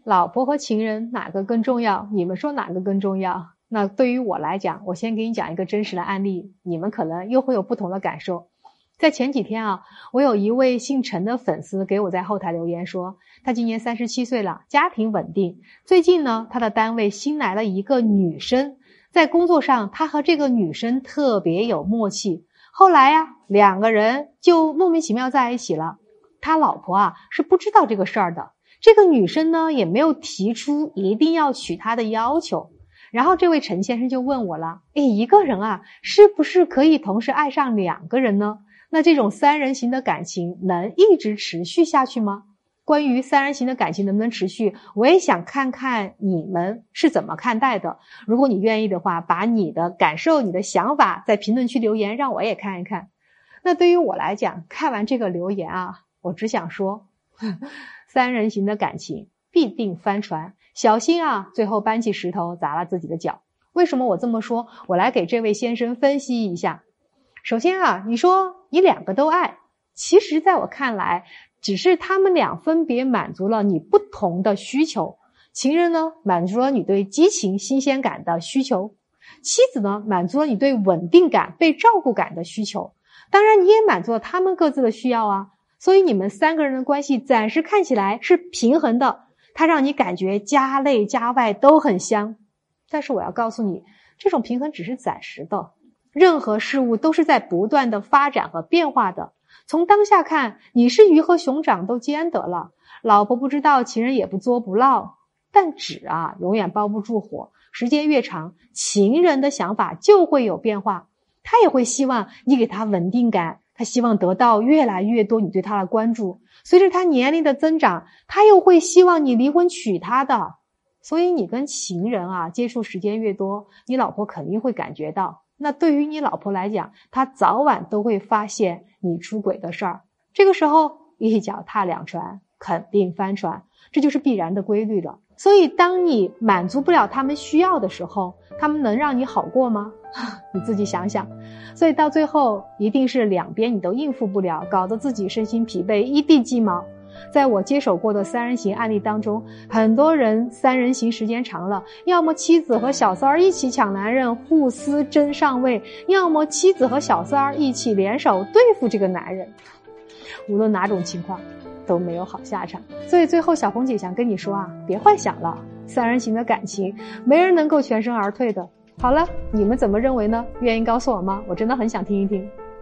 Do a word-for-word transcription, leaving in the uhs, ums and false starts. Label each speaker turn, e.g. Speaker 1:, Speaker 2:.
Speaker 1: 老婆和情人哪个更重要？你们说哪个更重要？那对于我来讲，我先给你讲一个真实的案例，你们可能又会有不同的感受。在前几天啊，我有一位姓陈的粉丝给我在后台留言说，他今年三十七岁了，家庭稳定。最近呢，他的单位新来了一个女生，在工作上他和这个女生特别有默契。后来呀、啊，两个人就莫名其妙在一起了。他老婆啊是不知道这个事儿的，这个女生呢也没有提出一定要娶他的要求。然后这位陈先生就问我了，诶，一个人啊是不是可以同时爱上两个人呢？那这种三人行的感情能一直持续下去吗？关于三人行的感情能不能持续，我也想看看你们是怎么看待的。如果你愿意的话，把你的感受、你的想法在评论区留言，让我也看一看。那对于我来讲，看完这个留言啊，我只想说，三人行的感情必定翻船，小心啊，最后搬起石头砸了自己的脚。为什么我这么说？我来给这位先生分析一下。首先啊，你说你两个都爱，其实在我看来，只是他们俩分别满足了你不同的需求。情人呢，满足了你对激情新鲜感的需求；妻子呢，满足了你对稳定感被照顾感的需求。当然你也满足了他们各自的需要啊，所以你们三个人的关系暂时看起来是平衡的，它让你感觉家内家外都很香。但是我要告诉你，这种平衡只是暂时的，任何事物都是在不断的发展和变化的。从当下看，你是鱼和熊掌都兼得了，老婆不知道，情人也不作不闹。但纸啊，永远包不住火，时间越长，情人的想法就会有变化。他也会希望你给他稳定感，他希望得到越来越多你对他的关注。随着他年龄的增长，他又会希望你离婚娶他的。所以你跟情人啊接触时间越多，你老婆肯定会感觉到。那对于你老婆来讲，她早晚都会发现你出轨的事儿。这个时候一脚踏两船，肯定翻船，这就是必然的规律了。所以当你满足不了他们需要的时候，他们能让你好过吗？你自己想想。所以到最后一定是两边你都应付不了，搞得自己身心疲惫，一地鸡毛。在我接手过的三人行案例当中，很多人三人行时间长了，要么妻子和小三儿一起抢男人互撕争上位，要么妻子和小三儿一起联手对付这个男人。无论哪种情况都没有好下场。所以最后小红姐想跟你说啊，别幻想了，三人行的感情没人能够全身而退的。好了，你们怎么认为呢？愿意告诉我吗？我真的很想听一听。